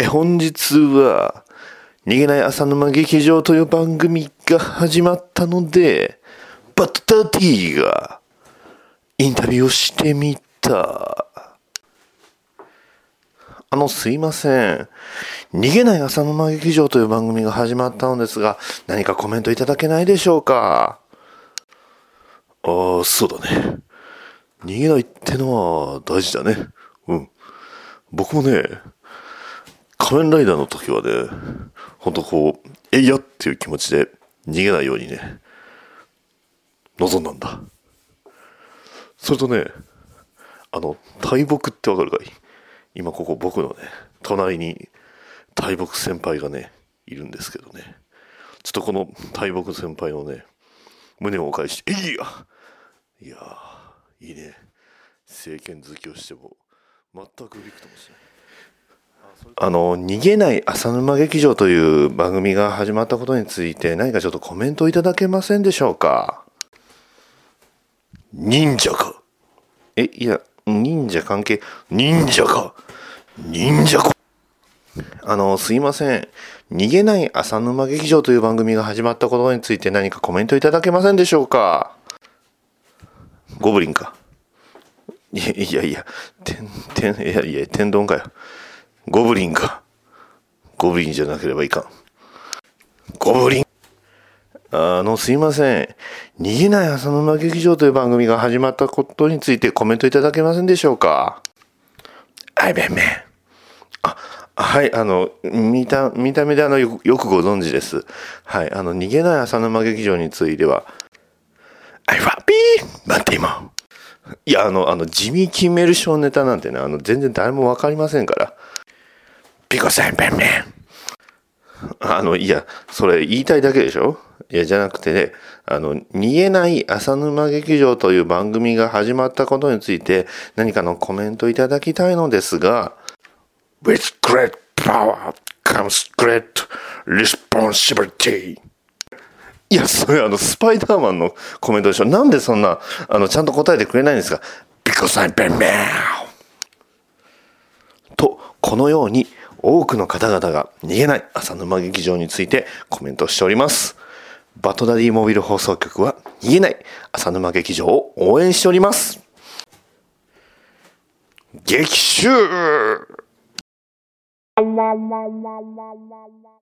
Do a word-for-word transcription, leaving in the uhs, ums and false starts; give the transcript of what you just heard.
え本日は逃げない浅沼劇場という番組が始まったので、バッドダディがインタビューをしてみた。あのすいません、逃げない浅沼劇場という番組が始まったのですが、何かコメントいただけないでしょうか。ああ、そうだね、逃げないってのは大事だね。うん、僕もね、仮面ライダーの時はね、ほんとこうえいやっていう気持ちで逃げないようにね望んだんだ。それとね、あの大木ってわかるかい。今ここ僕のね隣に大木先輩がねいるんですけどね、ちょっとこの大木先輩のね胸をお返し、えいやいやーいいね、政権好きをしても全くびくともしない。あの逃げない浅沼劇場という番組が始まったことについて何かちょっとコメントいただけませんでしょうか。忍者か。えいや忍者関係、忍者か忍者か。あのすいません、逃げない浅沼劇場という番組が始まったことについて何かコメントいただけませんでしょうか。ゴブリンか。いやいやいや天天いやいや天丼かよ。ゴブリンか。ゴブリンじゃなければいかん。ゴブリン。あのすいません、逃げない浅沼劇場という番組が始まったことについてコメントいただけませんでしょうか。あいべんめん。あ、はい、あの見た見た目であのよくよくご存知です。はい、あの逃げない浅沼劇場については、アイファピー待って今。いやあのあのジミー・キンメルショーネタなんてね、あの全然誰もわかりませんから。ピコさんべんめん。あのいやそれ言いたいだけでしょ。いやじゃなくてね、あの逃げない浅沼劇場という番組が始まったことについて何かのコメントいただきたいのですが、 With great power comes great responsibility。 いやそれあのスパイダーマンのコメントでしょ。なんでそんなあのちゃんと答えてくれないんですか。 Because I'm Batman と、このように多くの方々が逃げない浅沼劇場についてコメントしております。バトダディモビル放送局は逃げない浅沼劇場を応援しております。激臭。